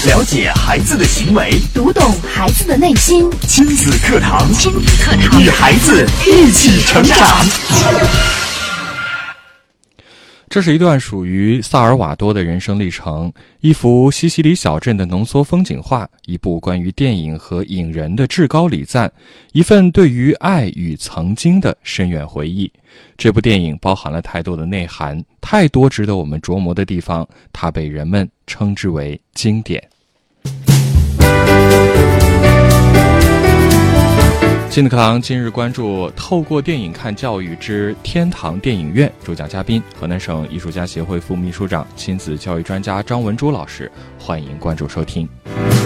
了解孩子的行为， 读懂孩子的内心。 亲子课堂，与孩子一起成长。 这是一段属于萨尔瓦多的人生历程，一幅西西里小镇的浓缩风景画，一部关于电影和影人的至高礼赞，一份对于爱与曾经的深远回忆。这部电影包含了太多的内涵，太多值得我们琢磨的地方，它被人们称之为经典。亲子课堂今日关注透过电影看教育之天堂电影院，主讲嘉宾河南省艺术家协会副秘书长、亲子教育专家张文珠老师，欢迎关注收听。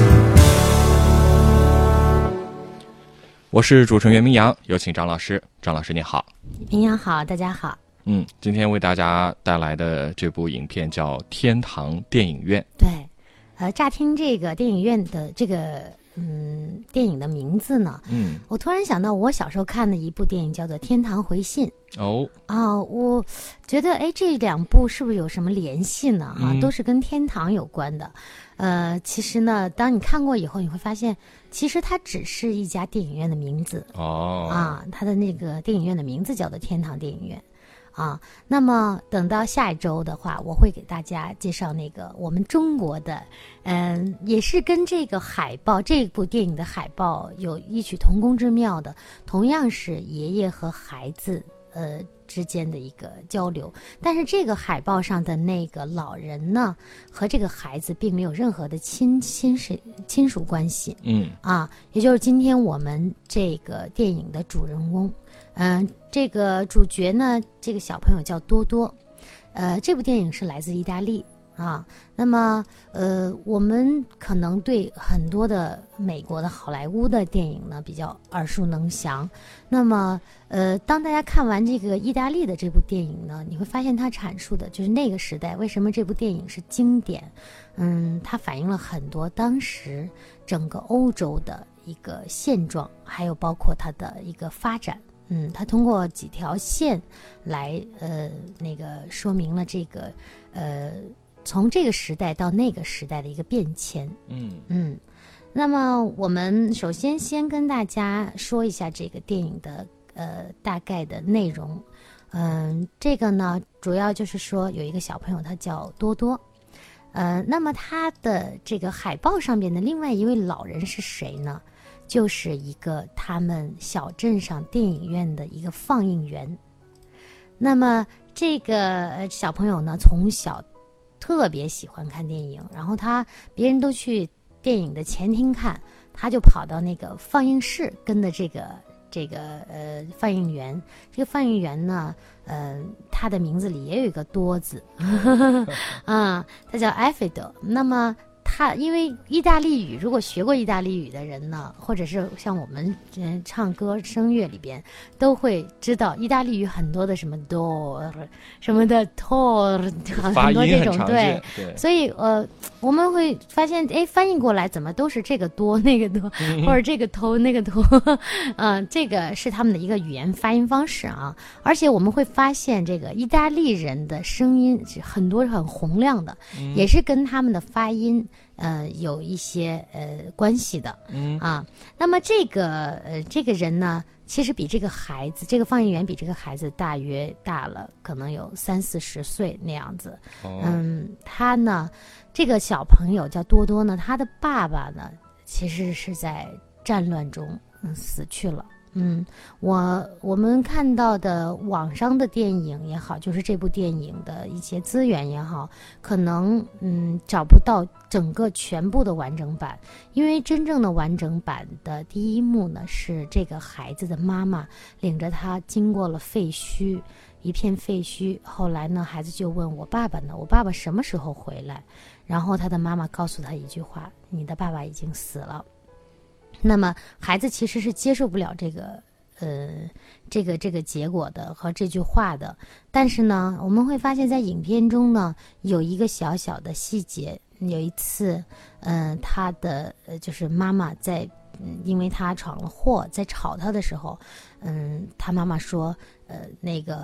我是主持人袁明阳，有请张老师。张老师你好。 明阳好，大家好。 今天为大家带来的这部影片叫《天堂电影院》。 对，乍听这个电影院的这个电影的名字呢，我突然想到我小时候看的一部电影叫做《天堂回信》。我觉得这两部是不是有什么联系呢？都是跟天堂有关的。其实呢，当你看过以后，你会发现，其实它只是一家电影院的名字。它的那个电影院的名字叫做天堂电影院。那么等到下一周的话，我会给大家介绍那个我们中国的，也是跟这个海报，这部电影的海报有异曲同工之妙的，同样是爷爷和孩子之间的一个交流，但是这个海报上的那个老人呢，和这个孩子并没有任何的亲属关系。也就是今天我们这个电影的主人公。这个主角呢，这个小朋友叫多多。这部电影是来自意大利啊。那么我们可能对很多的美国的好莱坞的电影呢比较耳熟能详。那么当大家看完这个意大利的这部电影呢，你会发现它阐述的就是那个时代为什么这部电影是经典。它反映了很多当时整个欧洲的一个现状，还有包括它的一个发展。它通过几条线来说明了这个从这个时代到那个时代的一个变迁。那么我们首先跟大家说一下这个电影的大概的内容。这个呢主要就是说有一个小朋友他叫多多。那么他的这个海报上面的另外一位老人是谁呢？就是一个他们小镇上电影院的一个放映员。那么这个小朋友呢，从小特别喜欢看电影，然后别人都去电影的前厅看，他就跑到那个放映室，跟着这个放映员。这个放映员呢，他的名字里也有一个多字，他叫埃菲德。那么他因为意大利语，如果学过意大利语的人呢，或者是像我们唱歌声乐里边都会知道，意大利语很多的什么 do 什么的 tor 很多这种。对，所以我们会发现翻译过来怎么都是这个多那个多，或者这个头那个头。这个是他们的一个语言发音方式啊。而且我们会发现这个意大利人的声音是很多很洪亮的，也是跟他们的发音有一些关系的。那么这个人呢，其实比这个孩子，这个放映员比这个孩子大约大了可能有30-40岁那样子。他呢，这个小朋友叫多多呢，他的爸爸呢其实是在战乱中死去了。我们看到的网上的电影也好，就是这部电影的一些资源也好，可能找不到整个全部的完整版，因为真正的完整版的第一幕呢，是这个孩子的妈妈领着他经过了废墟，一片废墟。后来呢，孩子就问我爸爸呢，我爸爸什么时候回来？然后他的妈妈告诉他一句话：你的爸爸已经死了。那么孩子其实是接受不了这个结果的和这句话的。但是呢，我们会发现在影片中呢，有一个小小的细节。有一次他的就是妈妈在因为他闯了祸，在吵他的时候，他妈妈说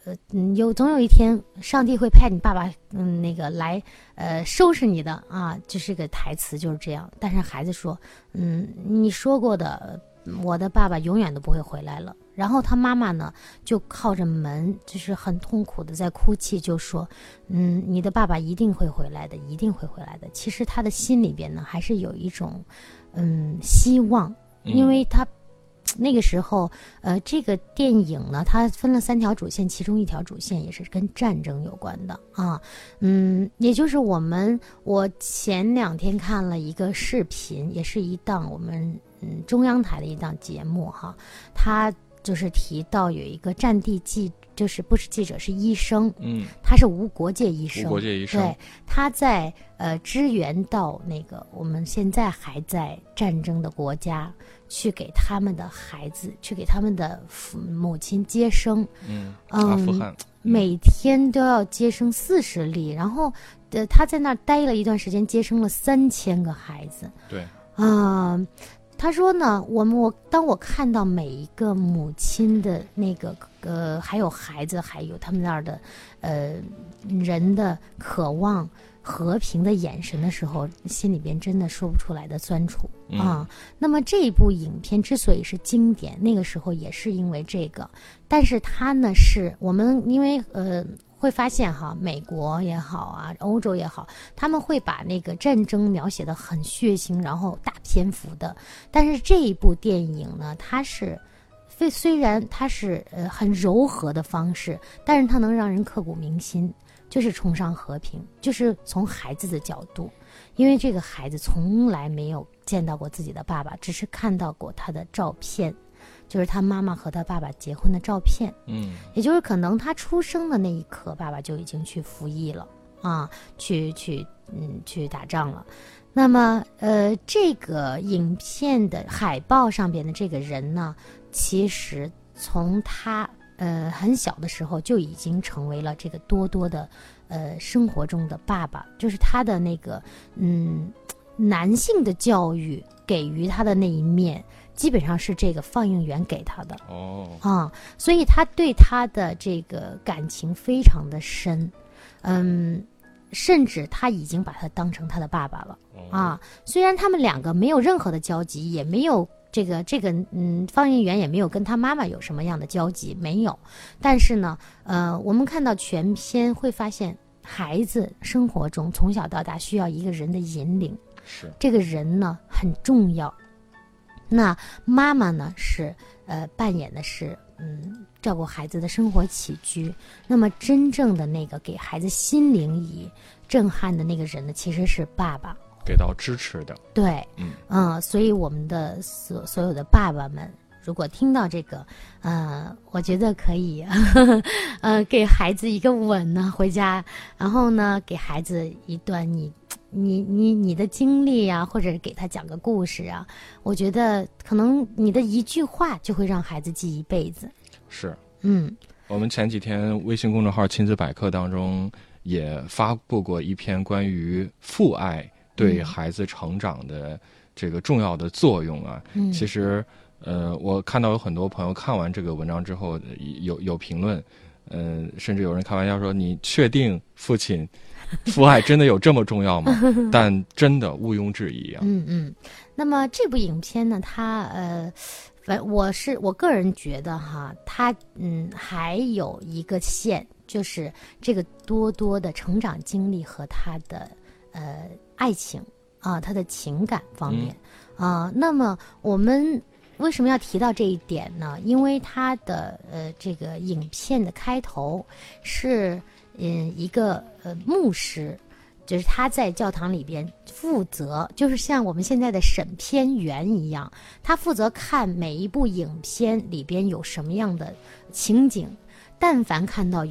总有一天上帝会派你爸爸那个来收拾你的啊，就是个台词就是这样。但是孩子说你说过的我的爸爸永远都不会回来了。然后他妈妈呢就靠着门，就是很痛苦的在哭泣，就说你的爸爸一定会回来的，一定会回来的。其实他的心里边呢还是有一种希望，因为他那个时候这个电影呢它分了3条主线，其中一条主线也是跟战争有关的啊。也就是我前2天看了一个视频，也是一档我们中央台的一档节目哈，他就是提到有一个战地就是不是记者是医生，他是无国界医生，对，他在支援到那个我们现在还在战争的国家，去给他们的孩子，去给他们的母亲接生， 阿富汗每天都要接生40例，然后他在那儿待了一段时间，接生了3000个孩子， 对， 他说呢，当我看到每一个母亲的那个还有孩子，还有他们那儿的人的渴望和平的眼神的时候，心里边真的说不出来的酸楚啊。那么这部影片之所以是经典，那个时候也是因为这个，但是它呢是我们因为会发现哈，美国也好啊，欧洲也好，他们会把那个战争描写得很血腥，然后大篇幅的。但是这一部电影呢，它是虽然它是很柔和的方式，但是它能让人刻骨铭心，就是崇尚和平，就是从孩子的角度，因为这个孩子从来没有见到过自己的爸爸，只是看到过他的照片。就是他妈妈和他爸爸结婚的照片，也就是可能他出生的那一刻，爸爸就已经去服役了啊，去打仗了。那么这个影片的海报上边的这个人呢，其实从他很小的时候就已经成为了这个多多的生活中的爸爸，就是他的那个男性的教育给予他的那一面。基本上是这个放映员给他的所以他对他的这个感情非常的深，甚至他已经把他当成他的爸爸了虽然他们2个没有任何的交集，也没有这个放映员也没有跟他妈妈有什么样的交集，没有。但是呢，我们看到全片会发现，孩子生活中从小到大需要一个人的引领， 是这个人呢很重要。那妈妈呢是扮演的是照顾孩子的生活起居，那么真正的那个给孩子心灵以震撼的那个人呢，其实是爸爸， 给到支持的。 对，所以我们的所有的爸爸们，如果听到这个，我觉得可以，给孩子一个吻呢，回家，然后呢，给孩子一段你的经历啊，或者给他讲个故事啊，我觉得可能你的一句话就会让孩子记一辈子。 是，我们前几天微信公众号亲子百科当中也发布过一篇关于父爱对孩子成长的这个重要的作用啊。其实我看到有很多朋友看完这个文章之后有评论，甚至有人开玩笑说，你确定父爱真的有这么重要吗？但真的毋庸置疑啊。 那么这部影片呢，它我个人觉得哈，它还有一个线，就是这个多多的成长经历和他的爱情啊，他的情感方面那么我们为什么要提到这一点呢？因为他的这个影片的开头是一个牧师，就是他在教堂里边负责，就是像我们现在的审片员一样，他负责看每一部影片里边有什么样的情景，但凡看到有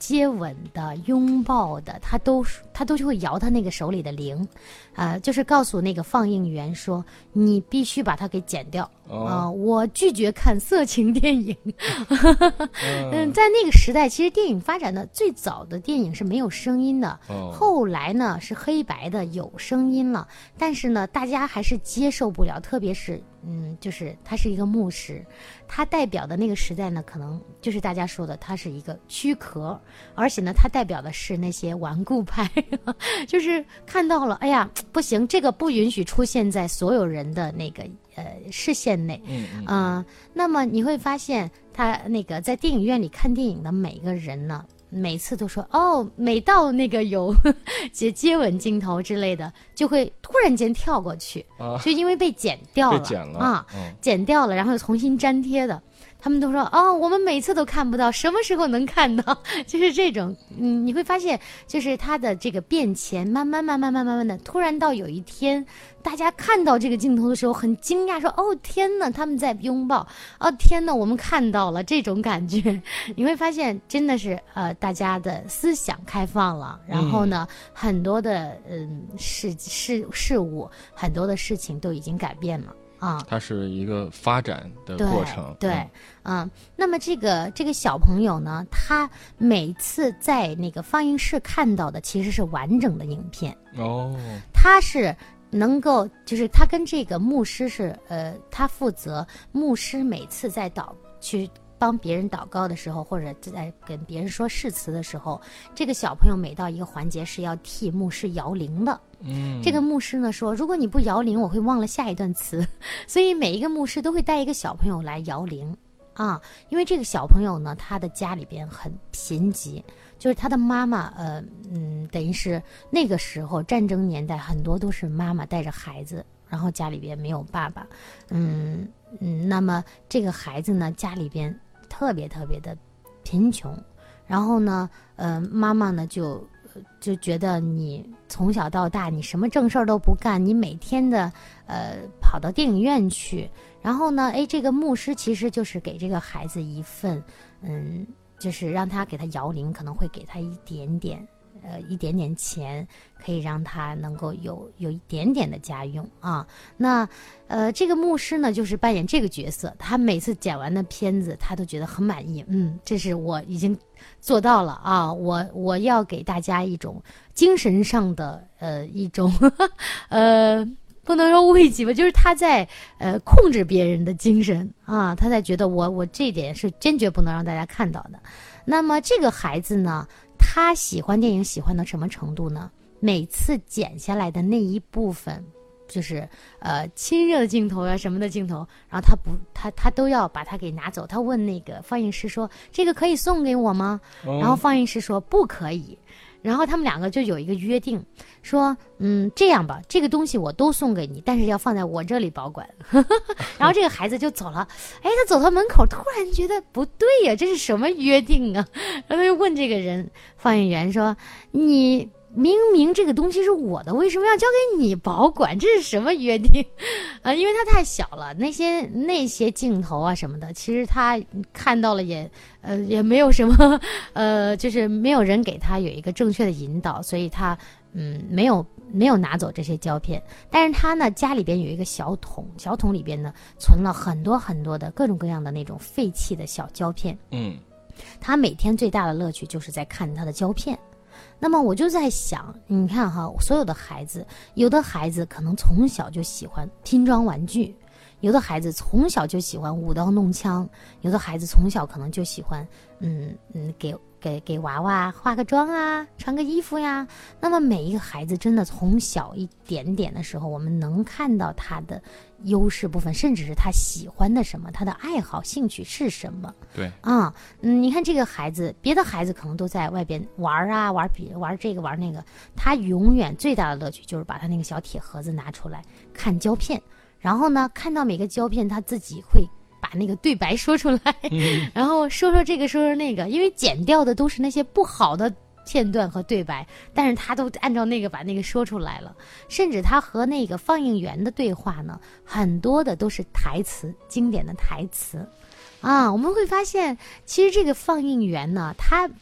接吻的、拥抱的，他都就会摇他那个手里的铃，就是告诉那个放映员说，你必须把它给剪掉。我拒绝看色情电影。在那个时代，其实电影发展的最早的电影是没有声音的，后来呢是黑白的有声音了，但是呢大家还是接受不了，特别是就是他是一个牧师，他代表的那个时代呢，可能就是大家说的他是一个躯壳，而且呢他代表的是那些顽固派就是看到了，哎呀不行，这个不允许出现在所有人的那个视线内。那么你会发现他那个在电影院里看电影的每个人呢，每次都说每到那个有接吻镜头之类的，就会突然间跳过去，就因为被剪掉了，剪掉了，然后又重新粘贴的。他们都说我们每次都看不到，什么时候能看到？就是这种，你会发现，就是它的这个变迁，慢慢的，突然到有一天，大家看到这个镜头的时候，很惊讶，说天哪，他们在拥抱，天哪，我们看到了，这种感觉，你会发现，真的是大家的思想开放了，然后呢，很多的事物，很多的事情都已经改变了。 它是一个发展的过程。 对，那么这个小朋友呢，他每次在那个放映室看到的其实是完整的影片。他是能够，就是他跟这个牧师是他负责牧师每次在去帮别人祷告的时候，或者在跟别人说誓词的时候，这个小朋友每到一个环节是要替牧师摇铃的。这个牧师呢说，如果你不摇铃，我会忘了下一段词，所以每一个牧师都会带一个小朋友来摇铃因为这个小朋友呢，他的家里边很贫瘠，就是他的妈妈等于是那个时候战争年代，很多都是妈妈带着孩子，然后家里边没有爸爸，那么这个孩子呢，家里边特别的贫穷，然后呢妈妈呢就觉得你从小到大你什么正事儿都不干，你每天的跑到电影院去，然后呢这个牧师其实就是给这个孩子一份就是让他给他摇铃，可能会给他一点点钱，可以让他能够有一点点的家用那这个牧师呢就是扮演这个角色，他每次剪完的片子他都觉得很满意，这是我已经做到了我要给大家一种精神上的一种不能说慰藉吧，就是他在控制别人的精神他在觉得我这一点是坚决不能让大家看到的。那么这个孩子呢，他喜欢电影喜欢到什么程度呢？每次剪下来的那一部分，就是亲热的镜头什么的镜头，然后他都要把它给拿走。他问那个放映师说：“这个可以送给我吗？”然后放映师说：“不可以。”然后他们两个就有一个约定，说这样吧，这个东西我都送给你，但是要放在我这里保管。然后这个孩子就走了，他走到门口，突然觉得不对呀，这是什么约定啊？然后他就问这个人放映员说：“你明明这个东西是我的，为什么要交给你保管？这是什么约定？”因为他太小了，那些镜头什么的，其实他看到了也没有什么就是没有人给他有一个正确的引导，所以他没有拿走这些胶片。但是他呢家里边有一个小桶，小桶里边呢存了很多很多的各种各样的那种废弃的小胶片。他每天最大的乐趣就是在看他的胶片。那么我就在想，你看所有的孩子，有的孩子可能从小就喜欢拼装玩具，有的孩子从小就喜欢舞刀弄枪，有的孩子从小可能就喜欢给娃娃化个妆穿个衣服呀。那么每一个孩子真的从小一点点的时候，我们能看到他的优势部分，甚至是他喜欢的什么，他的爱好兴趣是什么。 对你看这个孩子，别的孩子可能都在外边玩这个玩那个，他永远最大的乐趣就是把他那个小铁盒子拿出来看胶片，然后呢看到每个胶片他自己会把那个对白说出来，然后说这个说那个，因为剪掉的都是那些不好的片段和对白，但是他都按照那个把那个说出来了。甚至他和那个放映员的对话呢，很多的都是台词，经典的台词我们会发现其实这个放映员呢，他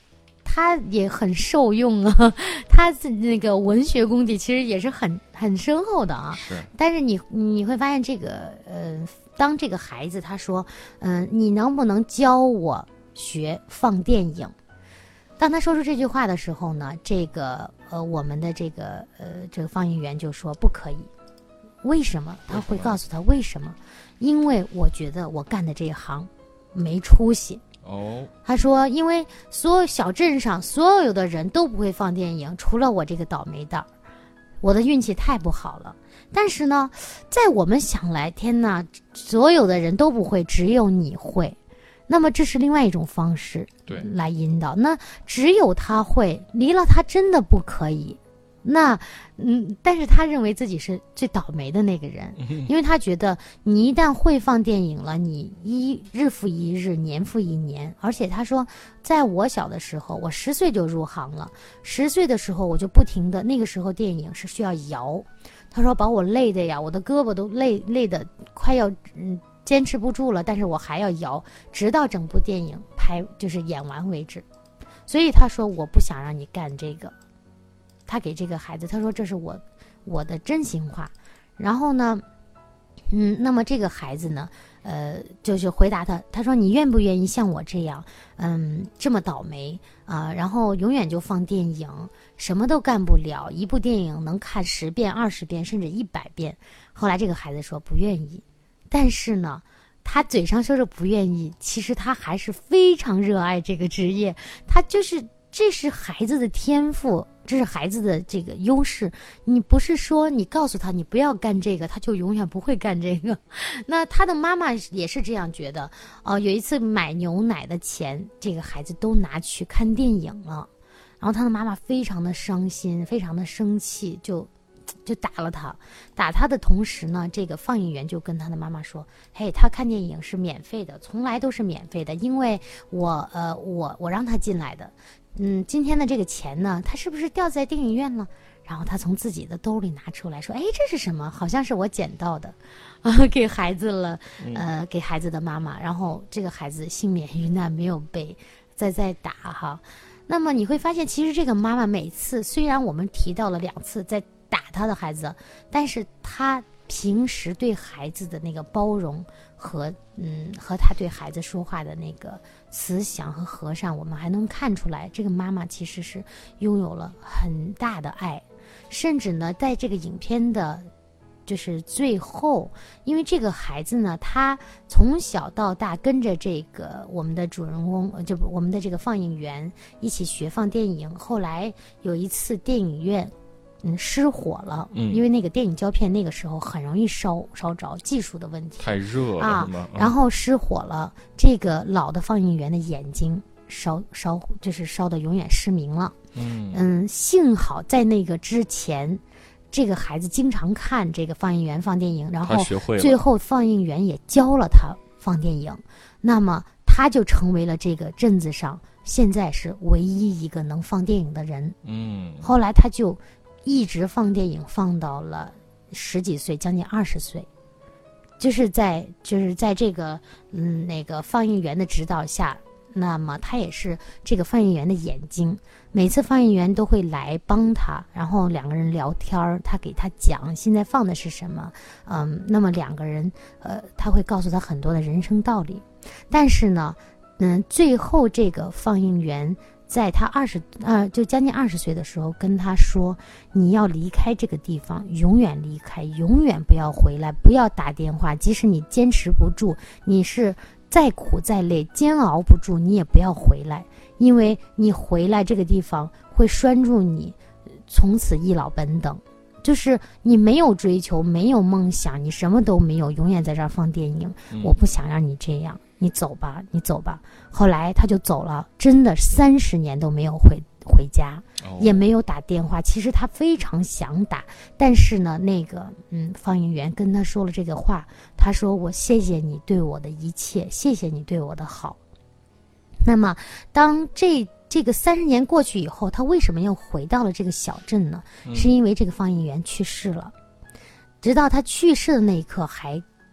他也很受用啊，他那个文学功底其实也是很深厚的啊。 是。 但是你会发现这个当这个孩子他说你能不能教我学放电影？当他说出这句话的时候呢，这个我们的这个放映员就说不可以。为什么？他会告诉他为什么？因为我觉得我干的这一行没出息。他说因为所有小镇上所有的人都不会放电影，除了我这个倒霉蛋儿，我的运气太不好了。但是呢，在我们想来，天哪，所有的人都不会，只有你会。那么这是另外一种方式来引导。那只有他会，离了他真的不可以。那但是他认为自己是最倒霉的那个人，因为他觉得你一旦会放电影了，你日复一日，年复一年。而且他说，在我小的时候，我10岁就入行了，10岁的时候我就不停的，那个时候电影是需要摇，他说把我累的呀，我的胳膊都累的快要坚持不住了，但是我还要摇，直到整部电影就是演完为止。所以他说我不想让你干这个。他给这个孩子，他说这是我的真心话。然后呢，那么这个孩子呢，就是回答他说你愿不愿意像我这样，这么倒霉啊，然后永远就放电影，什么都干不了，一部电影能看10遍、20遍，甚至100遍。后来这个孩子说不愿意，但是呢，他嘴上说着不愿意，其实他还是非常热爱这个职业，他就是这是孩子的天赋。这是孩子的这个优势，你不是说你告诉他你不要干这个，他就永远不会干这个。那他的妈妈也是这样觉得。有一次买牛奶的钱，这个孩子都拿去看电影了，然后他的妈妈非常的伤心，非常的生气，就打了他。打他的同时呢，这个放映员就跟他的妈妈说：“嘿，他看电影是免费的，从来都是免费的，因为我让他进来的。今天的这个钱呢，他是不是掉在电影院了？”然后他从自己的兜里拿出来说：“哎，这是什么？好像是我捡到的，给孩子了，给孩子的妈妈。”然后这个孩子幸免于难，没有被再打哈。那么你会发现，其实这个妈妈每次，虽然我们提到了2次在打他的孩子，但是他平时对孩子的那个包容和他对孩子说话的那个慈祥和和善，我们还能看出来，这个妈妈其实是拥有了很大的爱。甚至呢，在这个影片的就是最后，因为这个孩子呢，他从小到大跟着这个我们的主人公，就我们的这个放映员一起学放电影。后来有一次电影院失火了，因为那个电影胶片那个时候很容易烧着，技术的问题， 太热了啊，然后失火了。这个老的放映员的眼睛就是烧得永远失明了。幸好在那个之前，这个孩子经常看这个放映员放电影，然后最后放映员也教了他放电影，那么他就成为了这个镇子上现在是唯一一个能放电影的人。后来他就一直放电影，放到了10几岁，将近20岁，就是在这个那个放映员的指导下，那么他也是这个放映员的眼睛，每次放映员都会来帮他，然后2个人聊天，他给他讲现在放的是什么，那么2个人他会告诉他很多的人生道理。但是呢最后这个放映员在他就将近20岁的时候跟他说，你要离开这个地方，永远离开，永远不要回来，不要打电话，即使你坚持不住，你是再苦再累，煎熬不住，你也不要回来，因为你回来这个地方会拴住你，从此一老本等。就是你没有追求，没有梦想，你什么都没有，永远在这儿放电影，我不想让你这样，你走吧，你走吧。后来他就走了，真的30年都没有回家，也没有打电话。其实他非常想打，但是呢，那个放映员跟他说了这个话，他说我谢谢你对我的一切，谢谢你对我的好。那么当这个30年过去以后，他为什么又回到了这个小镇呢？是因为这个放映员去世了。直到他去世的那一刻，还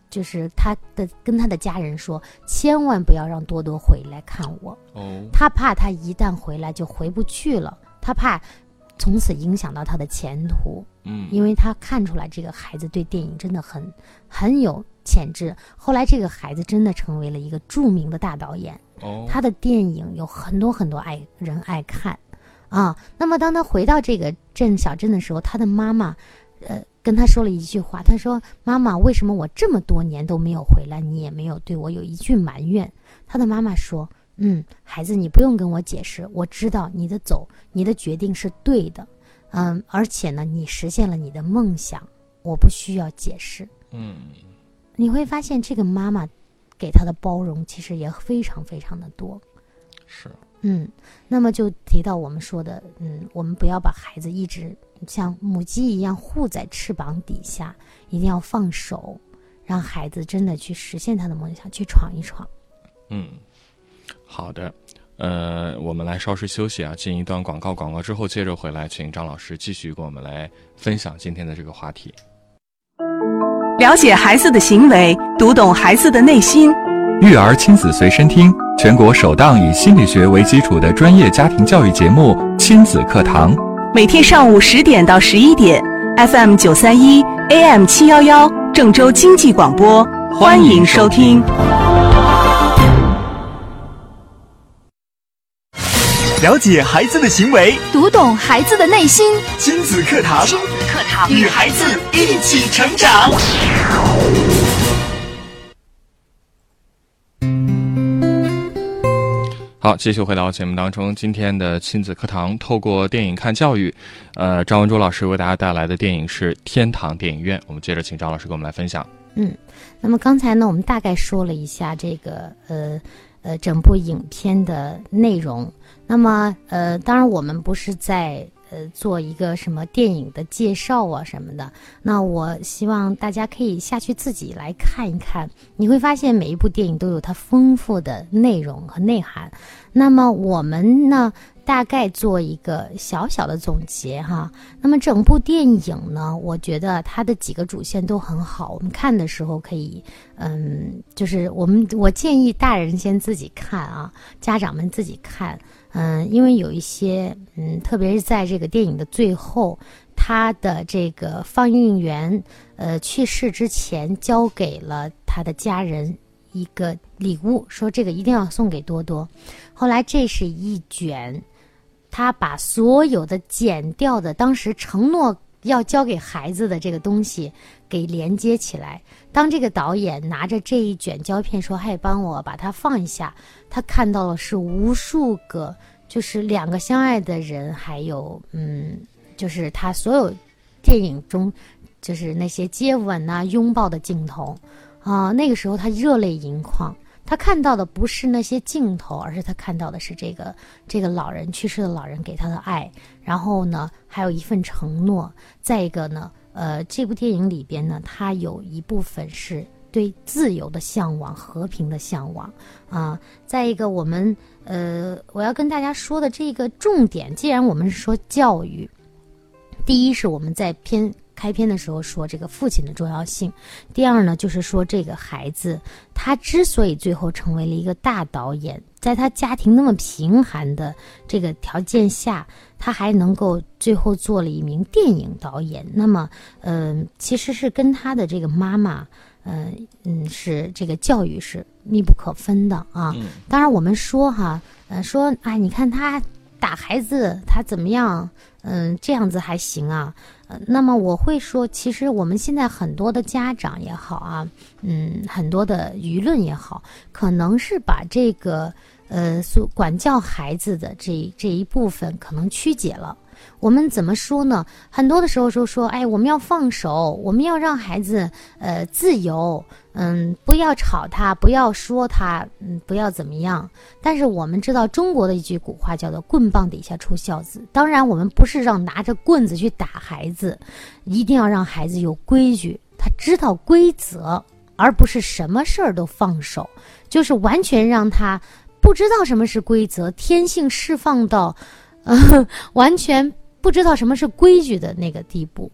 就是跟他的家人说，千万不要让多多回来看我。他怕他一旦回来就回不去了，他怕从此影响到他的前途。因为他看出来这个孩子对电影真的很有潜质。后来这个孩子真的成为了一个著名的大导演。他的电影有很多很多人爱看啊。那么当他回到这个小镇的时候，他的妈妈跟他说了一句话，他说：妈妈，为什么我这么多年都没有回来，你也没有对我有一句埋怨？他的妈妈说：孩子，你不用跟我解释，我知道你的决定是对的，而且呢，你实现了你的梦想，我不需要解释。你会发现这个妈妈给他的包容其实也非常非常的多。 是。 那么就提到我们说的，我们不要把孩子一直像母鸡一样护在翅膀底下，一定要放手，让孩子真的去实现他的梦想，去闯一闯。 好的，我们来稍事休息啊，进一段广告之后接着回来，请张老师继续跟我们来分享今天的这个话题。 了解孩子的行为，读懂孩子的内心。 育儿亲子随身听，全国首档以心理学为基础的专业家庭教育节目《亲子课堂》， 每天上午10点到11点 ，FM 931 AM 711，郑州经济广播，欢迎收听。 了解孩子的行为， 读懂孩子的内心。 亲子课堂，与孩子一起成长。 好，继续回到节目当中，今天的亲子课堂透过电影看教育，张文珠老师为大家带来的电影是天堂电影院，我们接着请张老师给我们来分享。 那么刚才呢，我们大概说了一下这个整部影片的内容。那么当然我们不是在做一个什么电影的介绍啊什么的，那我希望大家可以下去自己来看一看，你会发现每一部电影都有它丰富的内容和内涵。那么我们呢大概做一个小小的总结哈。那么整部电影呢，我觉得它的几个主线都很好，我们看的时候可以就是我建议大人先自己看啊，家长们自己看。因为有一些特别是在这个电影的最后，他的这个放映员去世之前交给了他的家人一个礼物，说这个一定要送给多多。后来这是一卷，他把所有的剪掉的当时承诺要交给孩子的这个东西给连接起来。当这个导演拿着这一卷胶片说嗨，帮我把它放一下，他看到了是无数个就是两个相爱的人，还有就是他所有电影中就是那些接吻啊拥抱的镜头啊，那个时候他热泪盈眶。他看到的不是那些镜头，而是他看到的是这个老人去世的老人给他的爱，然后呢还有一份承诺。再一个呢这部电影里边呢，它有一部分是对自由的向往，和平的向往啊。再一个我要跟大家说的这个重点，既然我们是说教育，第一是我们在开篇的时候说这个父亲的重要性，第二呢就是说这个孩子他之所以最后成为了一个大导演，在他家庭那么贫寒的这个条件下，他还能够最后做了一名电影导演，那么其实是跟他的这个妈妈是这个教育是密不可分的啊。当然我们说说你看他打孩子他怎么样，这样子还行啊。那么我会说，其实我们现在很多的家长也好啊，很多的舆论也好，可能是把这个管教孩子的这一部分可能曲解了。我们怎么说呢？很多的时候说我们要放手，我们要让孩子自由，不要吵他，不要说他，不要怎么样。但是我们知道中国的一句古话叫做棍棒底下出孝子。当然我们不是让拿着棍子去打孩子，一定要让孩子有规矩，他知道规则，而不是什么事儿都放手，就是完全让他不知道什么是规则，天性释放到完全不知道什么是规矩的那个地步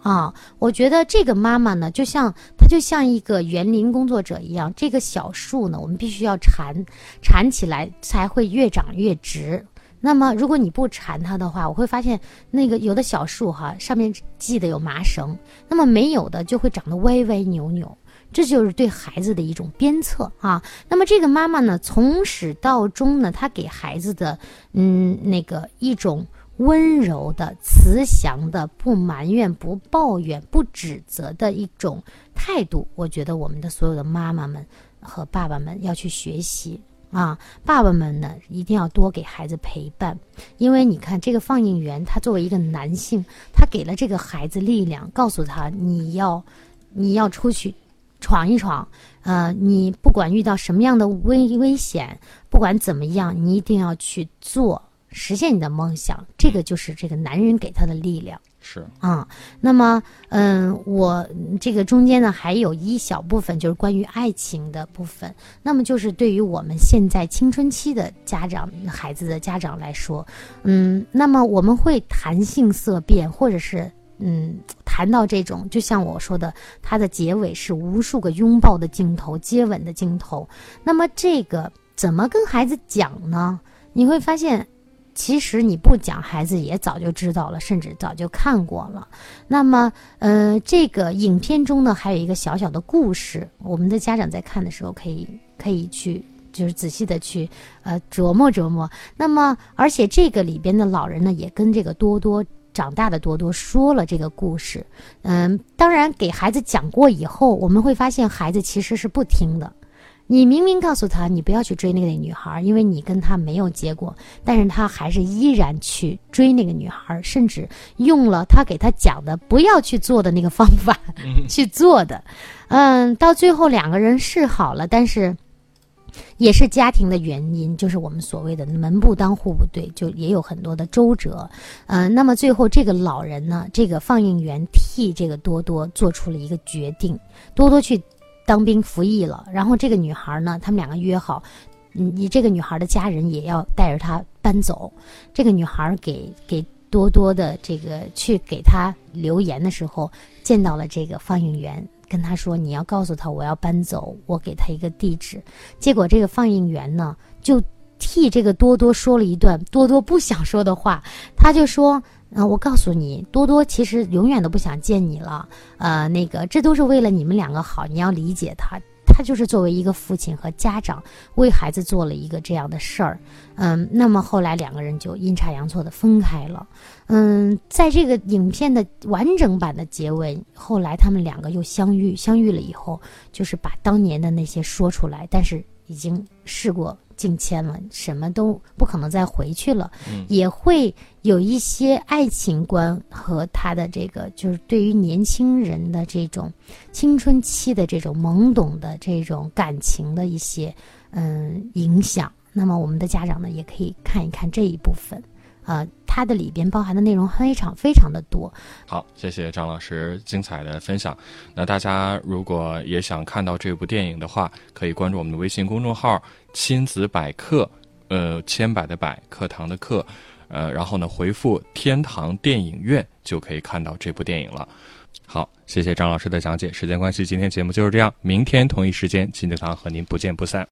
啊，我觉得这个妈妈呢，她就像一个园林工作者一样，这个小树呢，我们必须要缠起来，才会越长越直。那么如果你不缠它的话，我会发现那个有的小树上面系的有麻绳，那么没有的就会长得歪歪扭扭，这就是对孩子的一种鞭策啊。那么这个妈妈呢，从始到终呢，她给孩子的那个一种温柔的、慈祥的、不埋怨、不抱怨、不指责的一种态度，我觉得我们的所有的妈妈们和爸爸们要去学习啊。爸爸们呢，一定要多给孩子陪伴，因为你看这个放映员，他作为一个男性，他给了这个孩子力量，告诉他你要出去闯一闯，你不管遇到什么样的危险，不管怎么样，你一定要去做。实现你的梦想，这个就是这个男人给他的力量。 是啊，那么我这个中间呢还有一小部分就是关于爱情的部分。那么就是对于我们现在青春期的家长、孩子的家长来说，那么我们会谈性色变，或者是谈到这种，就像我说的，它的结尾是无数个拥抱的镜头、接吻的镜头。那么这个怎么跟孩子讲呢？你会发现。其实你不讲，孩子也早就知道了，甚至早就看过了。那么，这个影片中呢，还有一个小小的故事，我们的家长在看的时候可以去，就是仔细的去琢磨琢磨。那么，而且这个里边的老人呢，也跟这个多多长大的多多说了这个故事。当然给孩子讲过以后，我们会发现孩子其实是不听的。你明明告诉他你不要去追那个女孩，因为你跟他没有结果，但是他还是依然去追那个女孩，甚至用了他给他讲的不要去做的那个方法去做的。到最后两个人是好了，但是也是家庭的原因，就是我们所谓的门不当户不对，就也有很多的周折。那么最后这个老人呢，这个放映员替这个多多做出了一个决定，多多去当兵服役了，然后这个女孩呢，他们两个约好，你这个女孩的家人也要带着她搬走。这个女孩给多多的这个去给她留言的时候，见到了这个放映员，跟他说你要告诉他我要搬走，我给他一个地址。结果这个放映员呢，就替这个多多说了一段多多不想说的话，他就说我告诉你，多多其实永远都不想见你了，那个这都是为了你们两个好，你要理解他。他就是作为一个父亲和家长，为孩子做了一个这样的事儿。那么后来两个人就阴差阳错的分开了。在这个影片的完整版的结尾，后来他们两个又相遇了以后，就是把当年的那些说出来，但是已经事过境迁了，什么都不可能再回去了。也会有一些爱情观和他的这个就是对于年轻人的这种青春期的这种懵懂的这种感情的一些影响。那么我们的家长呢，也可以看一看这一部分。它的里边包含的内容非常非常的多。 好，谢谢张老师精彩的分享。那大家如果也想看到这部电影的话，可以关注我们的微信公众号亲子百科，千百的百，课堂的课，然后呢回复天堂电影院就可以看到这部电影了。好，谢谢张老师的讲解。时间关系，今天节目就是这样，明天同一时间亲子堂和您不见不散。